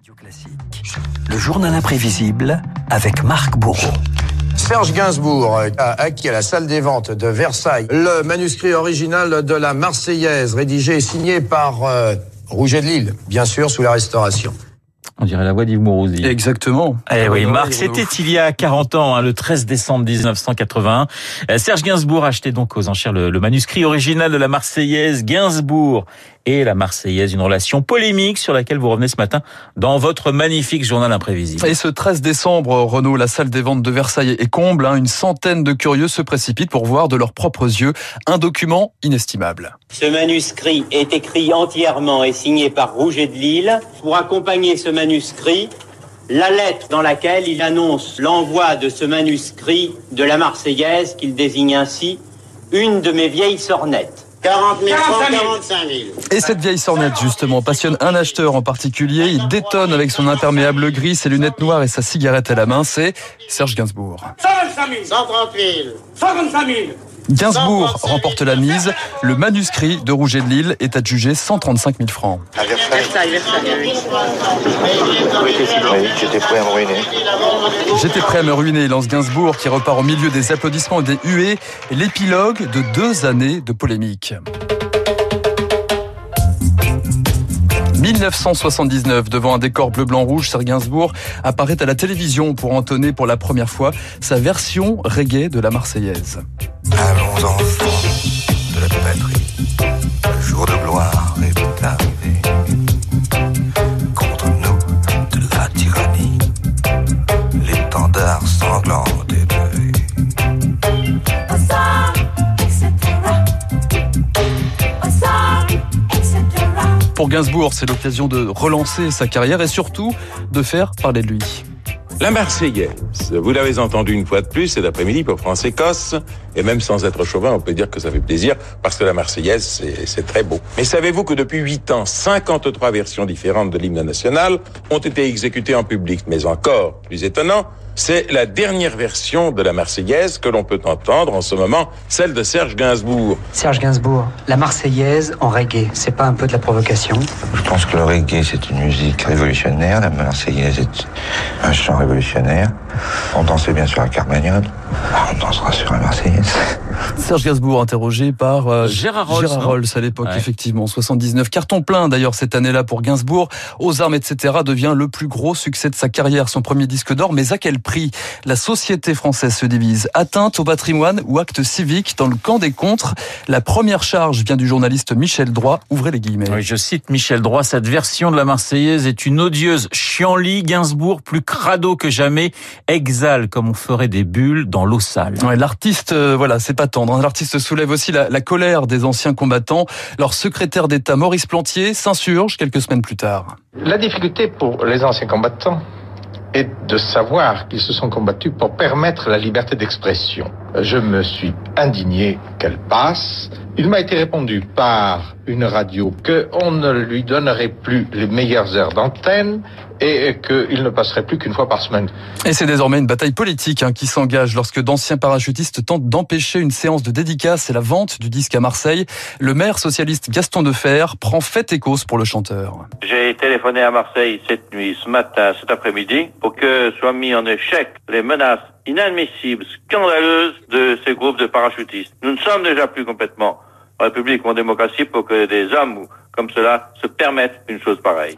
Radio Classique, le journal imprévisible avec Marc Bourreau. Serge Gainsbourg a acquis à la salle des ventes de Versailles le manuscrit original de la Marseillaise, rédigé et signé par Rouget de Lille, bien sûr, sous la Restauration. On dirait la voix d'Yves Mourouzi. Exactement. Eh oui, Marc, c'était il y a 40 ans, le 13 décembre 1981. Serge Gainsbourg achetait donc aux enchères le manuscrit original de la Marseillaise. Gainsbourg et la Marseillaise, une relation polémique sur laquelle vous revenez ce matin dans votre magnifique journal imprévisible. Et ce 13 décembre, Renaud, la salle des ventes de Versailles est comble. Une centaine de curieux se précipitent pour voir de leurs propres yeux un document inestimable. Ce manuscrit est écrit entièrement et signé par Rouget de Lille. Pour accompagner ce manuscrit, la lettre dans laquelle il annonce l'envoi de ce manuscrit de la Marseillaise, qu'il désigne ainsi une de mes vieilles sornettes. 40 000 francs, 45 000. Et cette vieille sornette, justement, passionne un acheteur en particulier. Il détonne avec son imperméable gris, ses lunettes noires et sa cigarette à la main. C'est Serge Gainsbourg. 125 000. 130 000. 125 000. Gainsbourg remporte la mise. Le manuscrit de Rouget de Lille est adjugé 135 000 francs. À Versailles. J'étais prêt à me ruiner. J'étais prêt à me ruiner, lance Gainsbourg, qui repart au milieu des applaudissements et des huées. L'épilogue de 2 années de polémique. 1979, devant un décor bleu-blanc-rouge, Serge Gainsbourg apparaît à la télévision pour entonner pour la première fois sa version reggae de la Marseillaise. Allons enfants de la patrie, le jour de gloire est arrivé. Contre nous de la tyrannie, l'étendard sanglant est levé. Pour Gainsbourg, c'est l'occasion de relancer sa carrière et surtout de faire parler de lui. La Marseillaise, vous l'avez entendu une fois de plus cet après-midi pour France-Écosse, et même sans être chauvin, on peut dire que ça fait plaisir, parce que la Marseillaise, c'est très beau. Mais savez-vous que depuis 8 ans, 53 versions différentes de l'hymne national ont été exécutées en public, mais encore plus étonnant, c'est la dernière version de la Marseillaise que l'on peut entendre en ce moment, celle de Serge Gainsbourg. Serge Gainsbourg, la Marseillaise en reggae, c'est pas un peu de la provocation ? Je pense que le reggae, c'est une musique révolutionnaire. La Marseillaise est un chant révolutionnaire. On dansait bien sur la Carmagnole. On dansera sur la Marseillaise. Serge Gainsbourg interrogé par Gérard Rolls, à l'époque, ouais. Effectivement, 79. Carton plein d'ailleurs cette année-là pour Gainsbourg. Aux armes, etc. devient le plus gros succès de sa carrière, son premier disque d'or. Mais à quel prix ? La société française se divise. Atteinte au patrimoine ou acte civique dans le camp des contres. La première charge vient du journaliste Michel Droit. Ouvrez les guillemets. Oui, je cite Michel Droit, cette version de la Marseillaise est une odieuse chienlit. Gainsbourg, plus crado que jamais, exhale comme on ferait des bulles dans l'eau sale. Ouais, l'artiste, c'est pas tendre. L'artiste soulève aussi la colère des anciens combattants. Leur secrétaire d'État Maurice Plantier s'insurge quelques semaines plus tard. La difficulté pour les anciens combattants est de savoir qu'ils se sont combattus pour permettre la liberté d'expression. Je me suis indigné qu'elle passe. Il m'a été répondu par une radio qu'on ne lui donnerait plus les meilleures heures d'antenne et qu'il ne passerait plus qu'une fois par semaine. Et c'est désormais une bataille politique qui s'engage lorsque d'anciens parachutistes tentent d'empêcher une séance de dédicace et la vente du disque à Marseille. Le maire socialiste Gaston Defer prend fait et cause pour le chanteur. J'ai téléphoné à Marseille cette nuit, ce matin, cet après-midi, pour que soient mis en échec les menaces inadmissibles, scandaleuses de ces groupes de parachutistes. Nous ne sommes déjà plus complètement en République ou en démocratie pour que des hommes comme cela se permettent une chose pareille.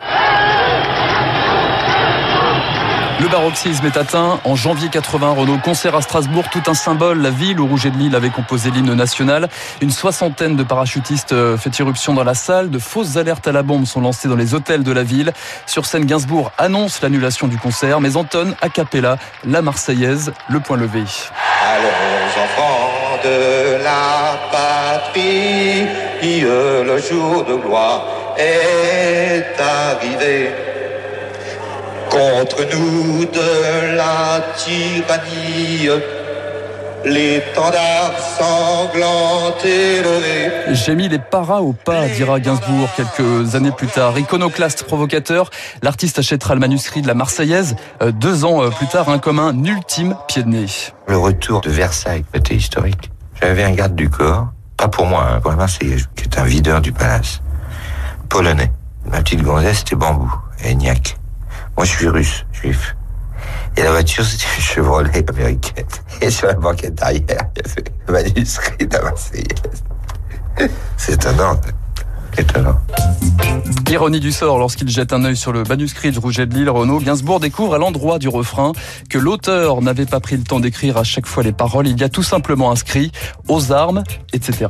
Le paroxysme est atteint. En janvier 80, Renaud, concert à Strasbourg, tout un symbole, la ville où Rouget de Lille avait composé l'hymne national. Une 60aine de parachutistes fait irruption dans la salle. De fausses alertes à la bombe sont lancées dans les hôtels de la ville. Sur scène, Gainsbourg annonce l'annulation du concert, mais entonne a cappella la Marseillaise, le point levé. Allons enfants de la patrie, le jour de gloire est arrivé. Contre nous de la tyrannie, l'étendard sanglant est levé. J'ai mis les paras au pas, dira Gainsbourg quelques années plus tard. Iconoclaste provocateur, l'artiste achètera le manuscrit de la Marseillaise 2 ans plus tard, comme un ultime pied de nez. Le retour de Versailles était historique. J'avais un garde du corps, pas pour moi, pour la Marseillaise, qui est un videur du palace, polonais. Ma petite gonzesse, c'était Bambou, et Ignac. Moi, je suis russe, juif. Et la voiture, c'était une Chevrolet américaine. Et sur la banquette arrière, il y avait le manuscrit de la Marseillaise. C'est étonnant. Étonnant. Ironie du sort, lorsqu'il jette un œil sur le manuscrit de Rouget de Lille, Renaud Gainsbourg découvre à l'endroit du refrain que l'auteur n'avait pas pris le temps d'écrire à chaque fois les paroles. Il y a tout simplement inscrit « aux armes », etc.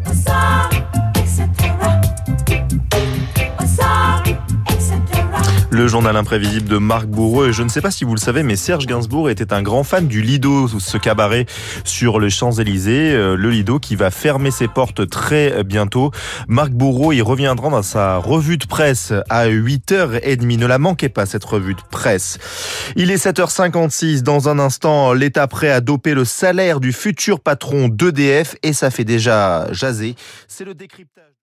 Le journal imprévisible de Marc Bourreau. Et je ne sais pas si vous le savez, mais Serge Gainsbourg était un grand fan du Lido, ce cabaret sur les Champs-Élysées. Le Lido qui va fermer ses portes très bientôt. Marc Bourreau y reviendra dans sa revue de presse à 8h30. Ne la manquez pas, cette revue de presse. Il est 7h56. Dans un instant, l'État prêt à doper le salaire du futur patron d'EDF. Et ça fait déjà jaser. C'est le décryptage.